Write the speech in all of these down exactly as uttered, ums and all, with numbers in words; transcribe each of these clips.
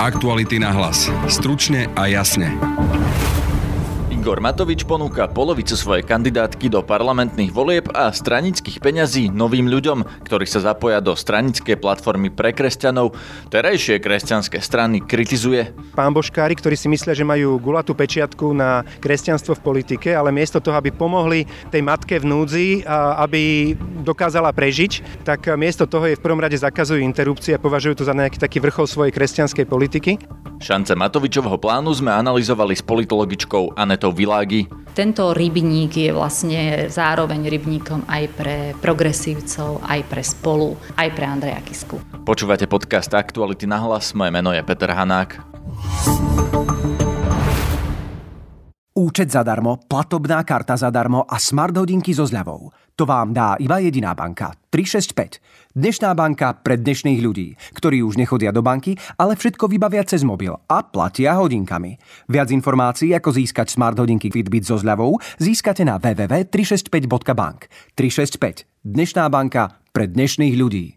Aktuality na hlas. Stručne a jasne. Igor Matovič ponúka polovicu svojej kandidátky do parlamentných volieb a stranických peňazí novým ľuďom, ktorí sa zapoja do stranickej platformy Pre kresťanov. Terajšie kresťanské strany kritizuje. Pán Boškári, ktorí si myslia, že majú gulatú pečiatku na kresťanstvo v politike, ale miesto toho, aby pomohli tej matke v núdzi, aby dokázala prežiť, tak miesto toho je v prvom rade zakazujú interrupcie a považujú to za nejaký taký vrchol svojej kresťanskej politiky. Šance Matovičovho plánu sme analyzovali s politologičkou Anetou Világi. Tento rybník je vlastne zároveň rybníkom aj pre progresívcov, aj pre Spolu, aj pre Andreja Kisku. Počúvate podcast Aktuality na hlas, moje meno je Peter Hanák. Účet zadarmo, platobná karta zadarmo a smart hodinky so zľavou. To vám dá iba jediná banka. tri šesť päť. Dnešná banka pre dnešných ľudí, ktorí už nechodia do banky, ale všetko vybavia cez mobil a platia hodinkami. Viac informácií, ako získať smart hodinky Fitbit so zľavou, získate na w w w bodka tri šesť päť bodka bank. tri šesť päť. Dnešná banka pre dnešných ľudí.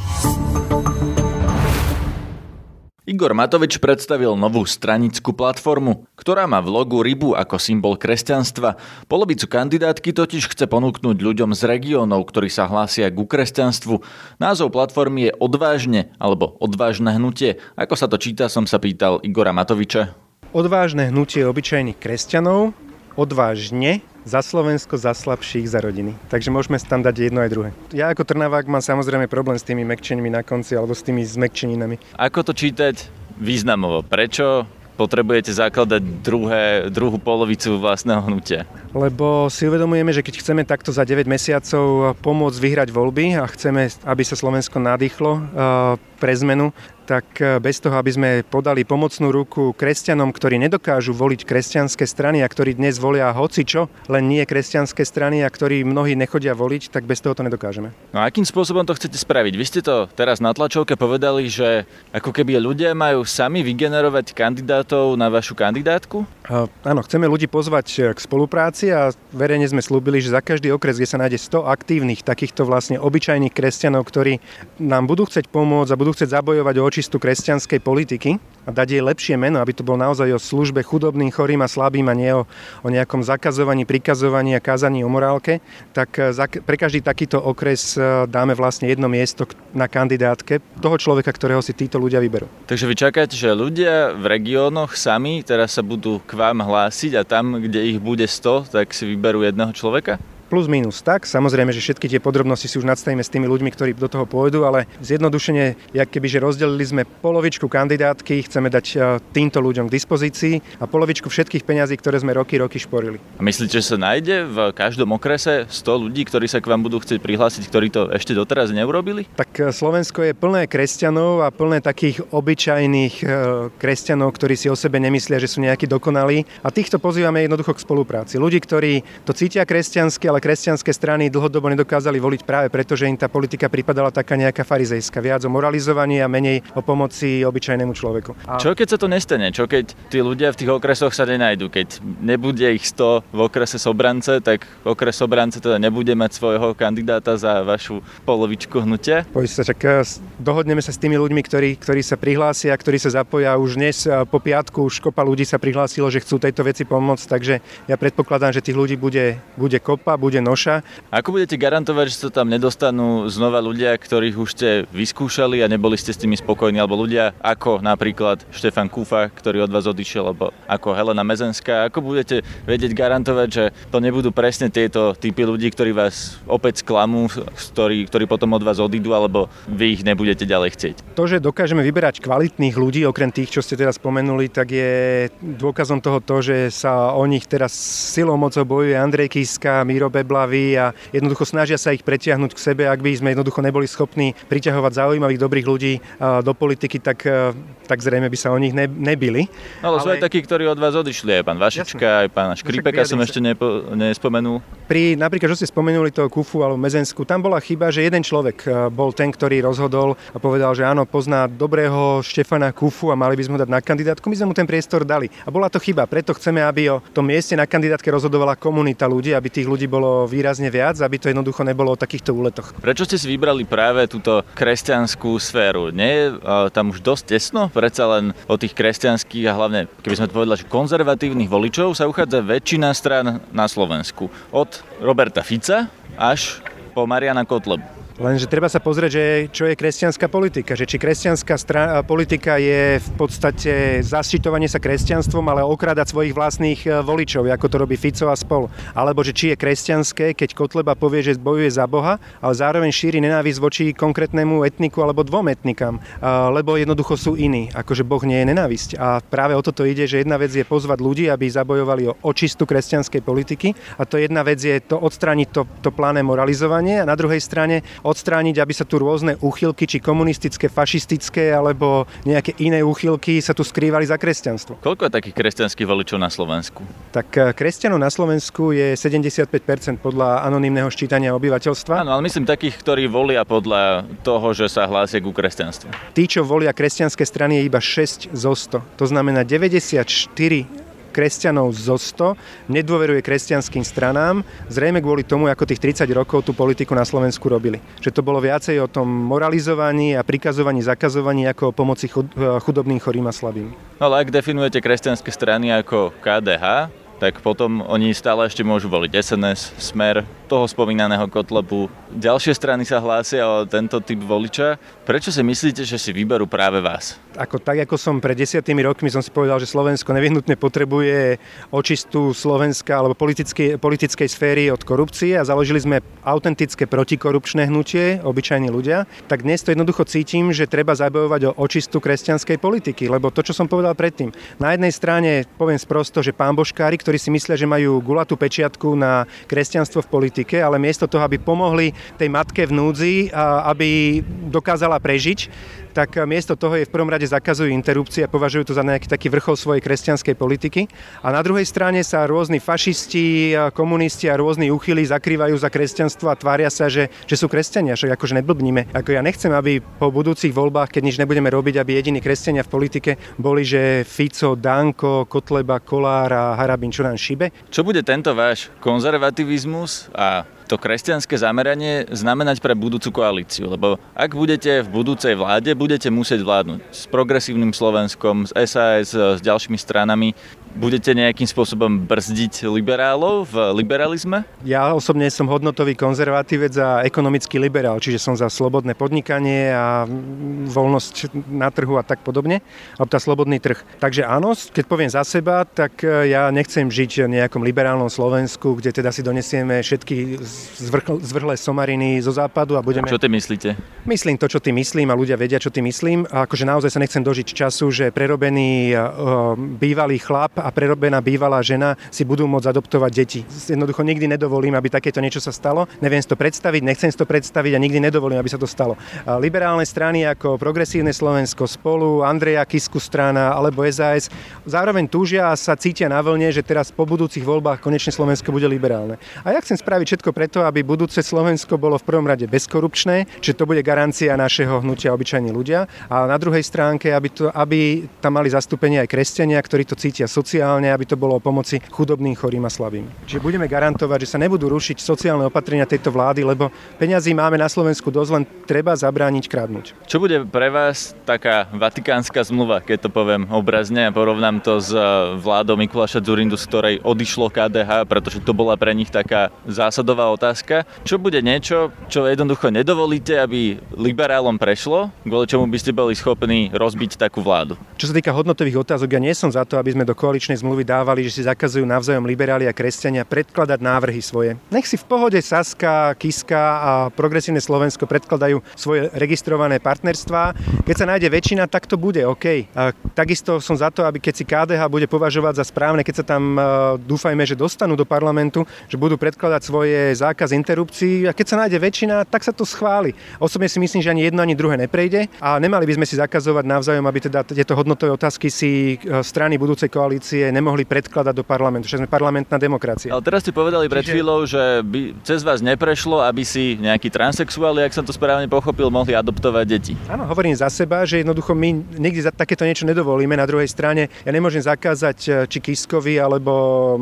Igor Matovič predstavil novú stranickú platformu, ktorá má v logu rybu ako symbol kresťanstva. Polovicu kandidátky totiž chce ponúknuť ľuďom z regiónov, ktorí sa hlásia ku kresťanstvu. Názov platformy je Odvážne alebo Odvážne hnutie. Ako sa to číta, som sa pýtal Igora Matoviča. Odvážne hnutie obyčajných kresťanov, odvážne za Slovensko, za slabších, za rodiny. Takže môžeme tam dať jedno aj druhé. Ja ako Trnavák mám samozrejme problém s tými mäkčenými na konci alebo s tými zmäkčeninami. Ako to čítať významovo? Prečo potrebujete zakladať druhé, druhú polovicu vlastného hnutia? Lebo si uvedomujeme, že keď chceme takto za deväť mesiacov pomôcť vyhrať voľby a chceme, aby sa Slovensko nadýchlo pre zmenu, tak bez toho, aby sme podali pomocnú ruku kresťanom, ktorí nedokážu voliť kresťanské strany a ktorí dnes volia hocičo, len nie kresťanské strany a ktorí mnohí nechodia voliť, tak bez toho to nedokážeme. No a akým spôsobom to chcete spraviť? Vy ste to teraz na tlačovke povedali, že ako keby ľudia majú sami vygenerovať kandidátov na vašu kandidátku? Uh, áno, chceme ľudí pozvať k spolupráci a verejne sme slúbili, že za každý okres, kde sa nájde sto aktívnych takýchto vlastne obyčajných kresťanov, ktorí nám budú chcieť pomôcť a budú chcieť zabojovať o očistú kresťanskej politiky a dať jej lepšie meno, aby to bol naozaj o službe chudobným, chorým a slabým a nie o, o nejakom zakazovaní, prikazovaní a kázaní o morálke, tak za, pre každý takýto okres dáme vlastne jedno miesto na kandidátke toho človeka, ktorého si títo ľudia vyberú. Takže vy čakáte, že ľudia v regiónoch sami teraz sa budú k vám hlásiť a tam, kde ich bude sto, tak si vyberú jedného človeka? Plus minus tak. Samozrejme, že všetky tie podrobnosti si už nadstavíme s tými ľuďmi, ktorí do toho pôjdu, ale zjednodušene, jak keby, že rozdelili sme polovičku kandidátky, chceme dať týmto ľuďom k dispozícii a polovičku všetkých peňazí, ktoré sme roky, roky šporili. A myslíte, že sa nájde v každom okrese sto ľudí, ktorí sa k vám budú chcieť prihlásiť, ktorí to ešte doteraz neurobili? Tak Slovensko je plné kresťanov a plné takých obyčajných kresťanov, ktorí si o sebe nemyslia, že sú nejakí dokonalí, a týchto pozývame jednoducho k spolupráci. Ľudí, ktorí to cítia kresťansky, ale kresťanské strany dlhodobo nedokázali voliť práve preto, že im tá politika pripadala taká nejaká farizejská, viac o moralizovaní a menej o pomoci obyčajnému človeku. A... Čo keď sa to nestane? Čo keď tí ľudia v tých okresoch sa nenajdu? Keď nebude ich sto v okrese Sobrance, tak okres Sobrance teda nebude mať svojho kandidáta za vašu polovičku hnutia? Poď sa, čak dohodneme sa s tými ľuďmi, ktorí, ktorí sa prihlásia, ktorí sa zapoja. Už dnes po piatku už kopa ľudí sa prihlásilo, že chcú tejto veci pomôcť, takže ja predpokladám, že tých ľudí bude, bude kopa, bude noša. Ako budete garantovať, že sa tam nedostanú znova ľudia, ktorých už ste vyskúšali a neboli ste s tými spokojní, alebo ľudia ako napríklad Štefan Kufa, ktorý od vás odišiel, alebo ako Helena Mezenská? Ako budete vedieť garantovať, že to nebudú presne tieto typy ľudí, ktorí vás opäť sklamú, ktorí, ktorí potom od vás odídu, alebo vy ich nebudete ďalej chcieť? To, že dokážeme vyberať kvalitných ľudí, okrem tých, čo ste teraz spomenuli, tak je dôkazom toho to, že sa o nich teraz silou mocou bojuje Andrej Kiska, Miro Beblavy a jednoducho snažia sa ich pretiahnuť k sebe. Ak by sme jednoducho neboli schopní priťahovať zaujímavých, dobrých ľudí do politiky, tak, tak zrejme by sa o nich ne, nebili. No, ale, ale sú aj takí, ktorí od vás odišli, aj pán Vašička, jasne, aj pán Škripeka som ešte nepo, nespomenul. Pri, napríklad, že ste spomenuli toho Kufu alebo Mezensku, tam bola chyba, že jeden človek bol ten, ktorý rozhodol a povedal, že áno, pozná dobrého Štefana Kufu a mali by sme ho dať na kandidátku. My sme mu ten priestor dali. A bola to chyba, preto chceme, aby o tom mieste na kandidátke rozhodovala komunita ľudí, aby tých ľudí bolo bolo výrazne viac, aby to jednoducho nebolo o takýchto úletoch. Prečo ste si vybrali práve túto kresťanskú sféru? Nie je tam už dosť tesno? Predsa len o tých kresťanských a hlavne, keby sme to povedali, že konzervatívnych voličov sa uchádza väčšina strán na Slovensku. Od Roberta Fica až po Mariana Kotlebu. Lenže treba sa pozrieť, že čo je kresťanská politika. Že či kresťanská strá- politika je v podstate zaštiťovanie sa kresťanstvom, ale okrádať svojich vlastných voličov, ako to robí Fico a spol. Alebo že či je kresťanské, keď Kotleba povie, že bojuje za Boha, ale zároveň šíri nenávisť voči konkrétnemu etniku alebo dvom etnikám. Lebo jednoducho sú iní. Akože Boh nie je nenávisť. A práve o toto ide, že jedna vec je pozvať ľudí, aby zabojovali o očistu kresťanskej politiky. A to jedna vec je to odstrániť to, to pláne moralizovanie a na druhej strane odstrániť, aby sa tu rôzne úchylky, či komunistické, fašistické, alebo nejaké iné úchylky sa tu skrývali za kresťanstvo. Koľko je takých kresťanských voličov na Slovensku? Tak kresťanov na Slovensku je sedemdesiatpäť percent podľa anonymného ščítania obyvateľstva. Áno, ale myslím takých, ktorí volia podľa toho, že sa hlásia ku kresťanstvu. Tí, čo volia kresťanské strany, je iba šesť zo sto. To znamená deväťdesiatštyri kresťanov zo sto nedôveruje kresťanským stranám, zrejme kvôli tomu, ako tých tridsať rokov tú politiku na Slovensku robili. Že to bolo viacej o tom moralizovaní a prikazovaní, zakazovaní ako o pomoci chudobným, chorým a slabým. No ale ak definujete kresťanské strany ako ká dé há, tak potom oni stále ešte môžu voliť es en es, Smer, toho spomínaného Kotlebu. Ďalšie strany sa hlásia o tento typ voliča. Prečo si myslíte, že si vyberú práve vás? Ako, tak ako som pred desiatými rokmi som si povedal, že Slovensko nevyhnutne potrebuje očistú Slovenska alebo politickej, politickej sféry od korupcie a založili sme autentické protikorupčné hnutie, obyčajní ľudia, tak dnes to jednoducho cítim, že treba zabojovať o očistu kresťanskej politiky, lebo to, čo som povedal predtým. Na jednej strane poviem sprosto, že pánbožkári, ktorí si myslia, že majú gulatú pečiatku na kresťanstvo v politike, ale miesto toho, aby pomohli tej matke v núdzi, aby dokázala prežiť, tak miesto toho je v prvom rade zakazujú interrupcie a považujú to za nejaký taký vrchol svojej kresťanskej politiky. A na druhej strane sa rôzni fašisti, komunisti a rôzni úchyli zakrývajú za kresťanstvo a tvária sa, že, že sú kresťania. Však akože neblbníme. Ako ja nechcem, aby po budúcich voľbách, keď nič nebudeme robiť, aby jediní kresťania v politike boli, že Fico, Danko, Kotleba, Kolár a Harabin, čo nám šibe. Čo bude tento váš konzervativizmus a to kresťanské zameranie znamenať pre budúcu koalíciu? Lebo ak budete v budúcej vláde, budete musieť vládnuť s Progresívnym Slovenskom, s es a es, s ďalšími stranami. Budete nejakým spôsobom brzdiť liberálov v liberalizme? Ja osobne som hodnotový konzervatívec a ekonomický liberál, čiže som za slobodné podnikanie a voľnosť na trhu a tak podobne, alebo tá slobodný trh. Takže áno, keď poviem za seba, tak ja nechcem žiť v nejakom liberálnom Slovensku, kde teda si donesieme všetky zvrhlé somariny zo západu a budeme... Čo ty myslíte? Myslím to, čo ty myslím a ľudia vedia, čo ty myslím. A akože naozaj sa nechcem dožiť času, že prerobený uh, bývalý chlap a prerobená bývalá žena si budú môcť adoptovať deti. Jednoducho nikdy nedovolím, aby takéto niečo sa stalo. Neviem si to predstaviť, nechcem si to predstaviť a nikdy nedovolím, aby sa to stalo. A liberálne strany ako Progresívne Slovensko, Spolu, Andreja Kisku strana alebo es a es zároveň túžia a sa cítia na vlne, že teraz po budúcich voľbách konečne Slovensko bude liberálne. A ja chcem spraviť všetko preto, aby budúce Slovensko bolo v prvom rade bezkorupčné, že to bude garancia našeho hnutia obyčajní ľudia. A na druhej stránke, aby, to, aby tam mali zastúpenie aj kresťania, ktorí to cítia sociálne, aby to bolo o pomoci chudobným, chorým a slabým. Čiže budeme garantovať, že sa nebudú rušiť sociálne opatrenia tejto vlády, lebo peňazí máme na Slovensku dosť, len treba zabrániť kradnúť. Čo bude pre vás taká vatikánska zmluva, keď to poviem obrazne a porovnám to s vládou Mikuláša Dzurindu, z ktorej odišlo ká dé há, pretože to bola pre nich taká zásadová otázka. Čo bude niečo, čo jednoducho nedovolíte, aby liberálom prešlo, kvôli čomu by ste boli schopní rozbiť takú vládu? Čo sa týka hodnotových otázok, ja nie som za to, aby sme do koaličnej zmluvy dávali, že si zakazujú navzájom liberáli a kresťania predkladať návrhy svoje. Nech si v pohode Saska, Kiska a Progresívne Slovensko predkladajú svoje registrované partnerstvá. Keď sa nájde väčšina, tak to bude OK. A takisto som za to, aby keď si ká dé há bude považovať za správne, keď sa tam dúfajme, že dostanú do parlamentu, že budú predkladať svoje zákaz interrupcií a keď sa nájde väčšina, tak sa to schváli. Osobne si myslím, že ani jedno, ani druhé neprejde a nemali by sme si zakazovať navzájom, aby teda tieto hodnotové otázky si strany budúcej koalície koalície nemohli predkladať do parlamentu, že sme parlamentná demokracia. Ale teraz ste povedali pred Čiže... chvíľou, že by cez vás neprešlo, aby si nejakí transsexuáli, ak som to správne pochopil, mohli adoptovať deti. Áno, hovorím za seba, že jednoducho my nikdy za takéto niečo nedovolíme. Na druhej strane ja nemôžem zakázať či Kiskovi, alebo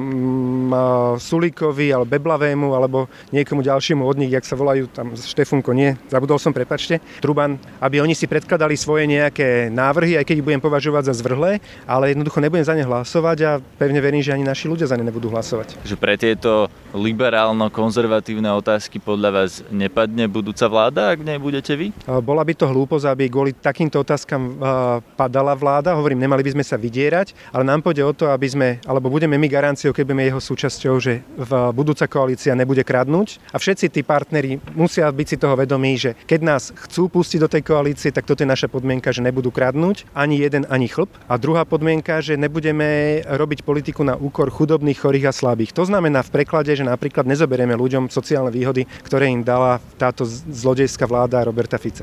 mm, Sulíkovi, alebo Beblavému, alebo niekomu ďalšiemu od nich, jak sa volajú, tam Štefunko, nie, zabudol som, prepáčte, Truban, aby oni si predkladali svoje nejaké návrhy, aj keď ich budem považovať za zvrhlé, ale jednoducho nebudem za ne hlasovať a pevne verím, že ani naši ľudia za ne nebudú hlasovať. Že pre tieto liberálno-konzervatívne otázky podľa vás nepadne budúca vláda, ak nebudete vy? Bola by to hlúposť, aby kvôli takýmto otázkam padala vláda. Hovorím, nemali by sme sa vydierať, ale nám pôjde o to, aby sme, alebo budeme my garanciou, keď budeme jeho súčasťou, že v budúca koalícia nebude kradnúť. A všetci tí partneri musia byť si toho vedomí, že keď nás chcú pustiť do tej koalície, tak toto je naša podmienka, že nebudú kradnúť ani jeden, ani chlp. A druhá podmienka, že nebudeme robiť politiku na úkor chudobných, chorých a slabých. To znamená v preklade, že napríklad nezoberieme ľuďom sociálne výhody, ktoré im dala táto zlodejská vláda Roberta Fica.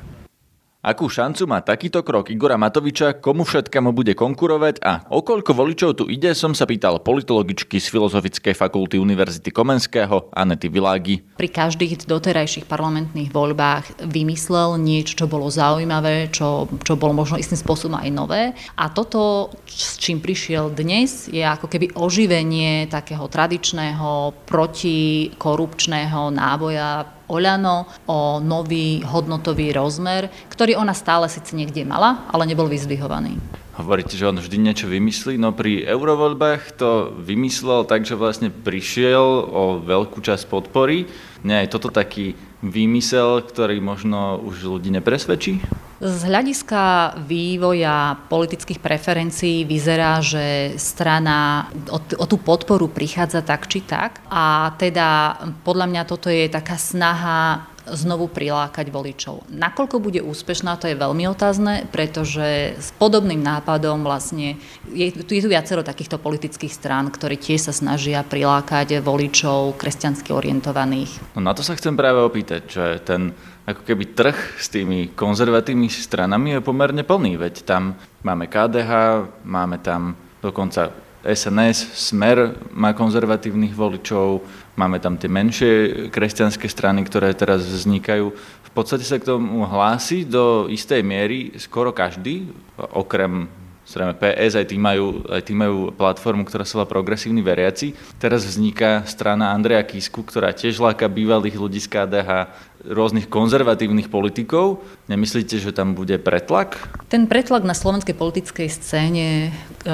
Akú šancu má takýto krok Igora Matoviča, komu všetkému bude konkurovať a o koľko voličov tu ide, som sa pýtal politologičky z Filozofickej fakulty Univerzity Komenského Anety Világi. Pri každých doterajších parlamentných voľbách vymyslel niečo, čo bolo zaujímavé, čo, čo bolo možno istým spôsobom aj nové. A toto, s čím prišiel dnes, je ako keby oživenie takého tradičného protikorupčného náboja Oľano o nový hodnotový rozmer, ktorý ona stále síce niekde mala, ale nebol vyzdvihovaný. Hovoríte, že on vždy niečo vymyslí, no pri eurovoľbách to vymyslel tak, že vlastne prišiel o veľkú časť podpory. Nie je toto taký výmysel, ktorý možno už ľudí nepresvedčí? Z hľadiska vývoja politických preferencií vyzerá, že strana o, t- o tú podporu prichádza tak či tak. A teda podľa mňa toto je taká snaha znovu prilákať voličov. Nakoľko bude úspešná, to je veľmi otázne, pretože s podobným nápadom vlastne je, je tu viacero takýchto politických strán, ktorí tiež sa snažia prilákať voličov kresťansky orientovaných. No na to sa chcem práve opýtať, že ten ako keby trh s tými konzervatívnymi stranami je pomerne plný, veď tam máme ká dé há, máme tam dokonca es en es, Smer má konzervatívnych voličov, máme tam tie menšie kresťanské strany, ktoré teraz vznikajú. V podstate sa k tomu hlási do istej miery skoro každý, okrem zrejme pé es, aj tí majú, aj tí majú platformu, ktorá sa volá Progresívni veriaci. Teraz vzniká strana Andreja Kisku, ktorá tiež láka bývalých ľudí z ká dé há, rôznych konzervatívnych politikov. Nemyslíte, že tam bude pretlak? Ten pretlak na slovenskej politickej scéne e,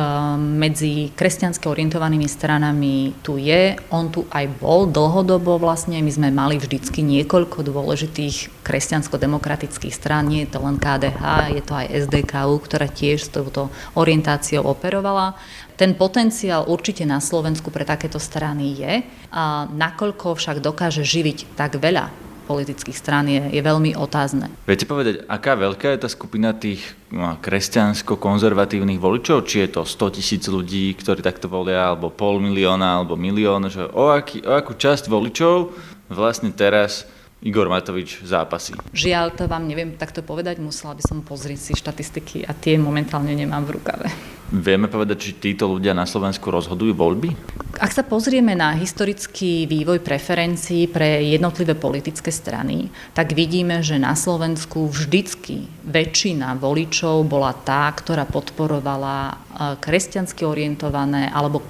medzi kresťansky orientovanými stranami tu je. On tu aj bol dlhodobo vlastne. My sme mali vždycky niekoľko dôležitých kresťansko-demokratických strán. Nie je to len ká dé há, je to aj es dé ká ú, ktorá tiež s touto orientáciou operovala. Ten potenciál určite na Slovensku pre takéto strany je. A nakoľko však dokáže živiť tak veľa politických strán je, je veľmi otázne. Viete povedať, aká veľká je tá skupina tých no, kresťansko-konzervatívnych voličov? Či je to sto tisíc ľudí, ktorí takto volia, alebo pol milióna, alebo milión? Že o, aký, o akú časť voličov vlastne teraz Igor Matovič zápasí? Žiaľ, to vám neviem takto povedať, musela by som pozrieť si štatistiky a tie momentálne nemám v rukave. Vieme povedať, či títo ľudia na Slovensku rozhodujú voľby? Ak sa pozrieme na historický vývoj preferencií pre jednotlivé politické strany, tak vidíme, že na Slovensku vždycky väčšina voličov bola tá, ktorá podporovala kresťansky orientované alebo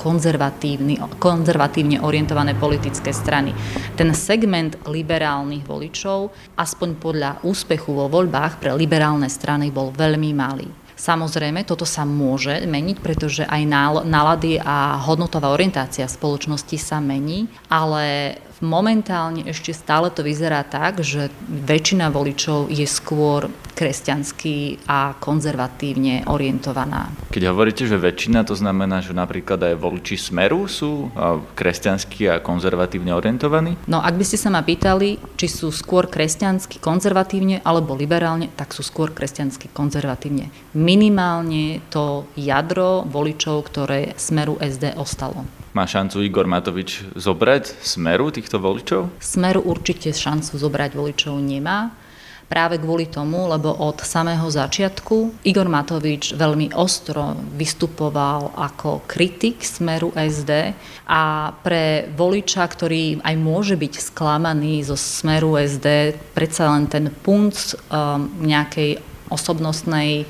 konzervatívne orientované politické strany. Ten segment liberálnych voličov, aspoň podľa úspechu vo voľbách pre liberálne strany, bol veľmi malý. Samozrejme, toto sa môže meniť, pretože aj nálady a hodnotová orientácia spoločnosti sa mení, ale momentálne ešte stále to vyzerá tak, že väčšina voličov je skôr kresťansky a konzervatívne orientovaná. Keď hovoríte, že väčšina, to znamená, že napríklad aj voliči Smeru sú kresťansky a konzervatívne orientovaní? No, ak by ste sa ma pýtali, či sú skôr kresťansky konzervatívne alebo liberálne, tak sú skôr kresťansky konzervatívne. Minimálne to jadro voličov, ktoré Smeru es dé ostalo. Má šancu Igor Matovič zobrať Smeru týchto voličov? Smeru určite šancu zobrať voličov nemá, Práve kvôli tomu, lebo od samého začiatku Igor Matovič veľmi ostro vystupoval ako kritik Smeru es dé a pre voliča, ktorý aj môže byť sklamaný zo Smeru es dé, predsa len ten punc um, nejakej osobnostnej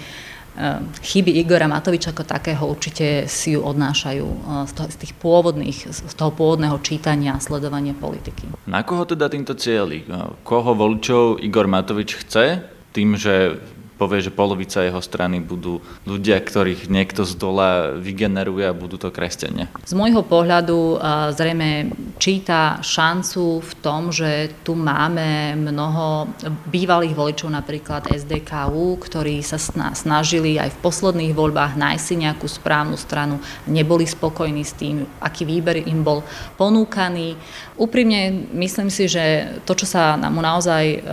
chyby Igora Matoviča ako takého určite si ju odnášajú z, toho, z tých pôvodných, z toho pôvodného čítania a sledovania politiky. Na koho teda týmto cieli? Koho voličov Igor Matovič chce tým, že povie, že polovica jeho strany budú ľudia, ktorých niekto z dola vygeneruje a budú to kresťania? Z môjho pohľadu zrejme číta šancu v tom, že tu máme mnoho bývalých voličov, napríklad es dé ká ú, ktorí sa snažili aj v posledných voľbách nájsť si nejakú správnu stranu, neboli spokojní s tým, aký výber im bol ponúkaný. Úprimne myslím si, že to, čo sa nám naozaj,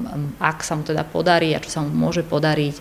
ak sa mu teda podarí a čo sa mu môže podariť,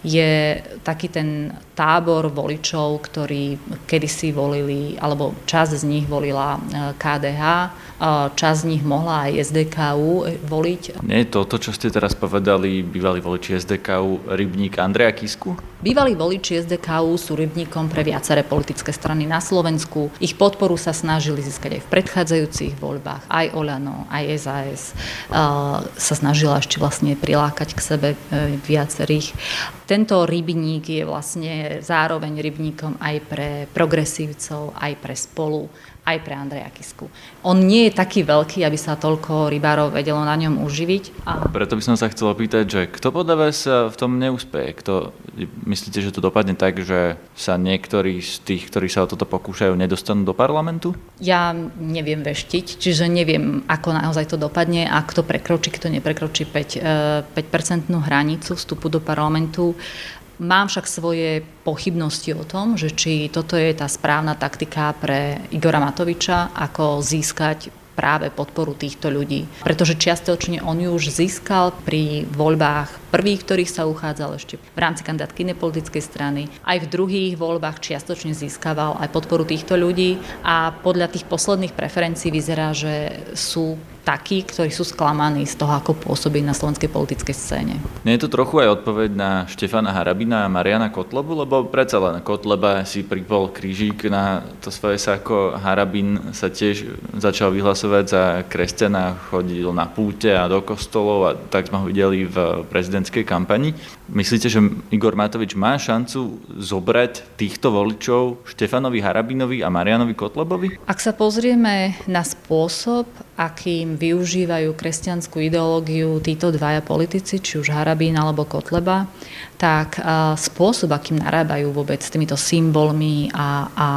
je taký ten tábor voličov, ktorí kedysi volili, alebo časť z nich volila ká dé há, časť z nich mohla aj es dé ká ú voliť. Nie je to, to, čo ste teraz povedali, bývalí voliči es dé ká ú, rybník Andreja Kisku? Bývalí voliči es dé ká ú sú rybníkom pre viaceré politické strany na Slovensku. Ich podporu sa snažili získať aj v predchádzajúcich voľbách. Aj Oľano, aj es a es uh, sa snažila ešte vlastne prilákať k sebe uh, viacerých. Tento rybník je vlastne zároveň rybníkom aj pre progresívcov, aj pre Spolu, aj pre Andreja Kisku. On nie je taký veľký, aby sa toľko rybárov vedelo na ňom uživiť. A... Preto by som sa chcel opýtať, že kto podľa vás v tom neúspeje? Kto, myslíte, že to dopadne tak, že sa niektorí z tých, ktorí sa o toto pokúšajú, nedostanú do parlamentu? Ja neviem veštiť, čiže neviem, ako naozaj to dopadne a kto prekročí, kto neprekročí päť percentnú hranicu vstupu do parlamentu. Mám však svoje pochybnosti o tom, že či toto je tá správna taktika pre Igora Matoviča, ako získať práve podporu týchto ľudí. Pretože čiastočne on ju už získal pri voľbách prvých, ktorých sa uchádzal ešte v rámci kandidátky inej politickej strany. Aj v druhých voľbách čiastočne získaval aj podporu týchto ľudí a podľa tých posledných preferencií vyzerá, že sú takí, ktorí sú sklamaní z toho, ako pôsobí na slovenskej politickej scéne. Nie je to trochu aj odpoveď na Štefana Harabina a Mariana Kotlebu, lebo predsa len Kotleba si pripol krížik na to svoje sako, Harabin sa tiež začal vyhlasovať za kresťana, chodil na púte a do kostolov a tak sme ho videli v prezidentskej kampani. Myslíte, že Igor Matovič má šancu zobrať týchto voličov Štefanovi Harabinovi a Marianovi Kotlebovi? Ak sa pozrieme na spôsob, akým využívajú kresťanskú ideológiu títo dvaja politici, či už Harabín alebo Kotleba, tak spôsob, akým narábajú vôbec s týmito symbolmi a, a,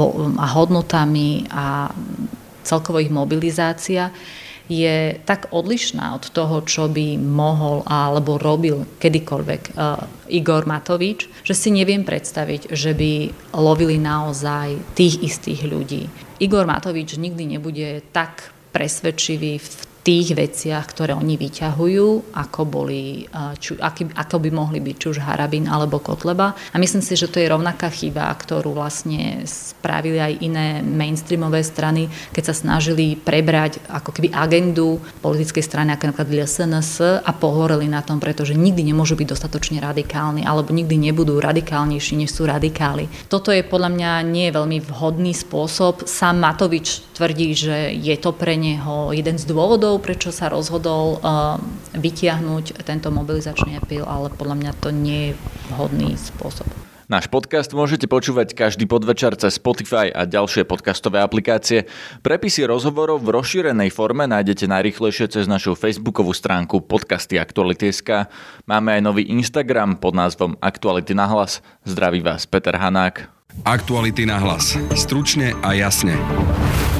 a hodnotami a celkovo ich mobilizácia je tak odlišná od toho, čo by mohol alebo robil kedykoľvek uh, Igor Matovič, že si neviem predstaviť, že by lovili naozaj tých istých ľudí. Igor Matovič nikdy nebude tak presvedčivý v tých veciach, ktoré oni vyťahujú, ako, boli, či, aký, ako by mohli byť či už Harabin alebo Kotleba. A myslím si, že to je rovnaká chyba, ktorú vlastne spravili aj iné mainstreamové strany, keď sa snažili prebrať ako keby agendu politickej strany, ako napríklad es en es a pohoreli na tom, pretože nikdy nemôžu byť dostatočne radikálni alebo nikdy nebudú radikálnejší, než sú radikáli. Toto je podľa mňa nie veľmi vhodný spôsob. Sám Matovič tvrdí, že je to pre neho jeden z dôvodov, prečo sa rozhodol uh, vytiahnuť tento mobilizačný apel, ale podľa mňa to nie je vhodný spôsob. Náš podcast môžete počúvať každý podvečer cez Spotify a ďalšie podcastové aplikácie. Prepisy rozhovorov v rozšírenej forme nájdete najrýchlejšie cez našu facebookovú stránku podcasty Aktuality bodka es ká. Máme aj nový Instagram pod názvom Aktuality na hlas. Zdraví vás Peter Hanák. Aktuality na hlas. Stručne a jasne.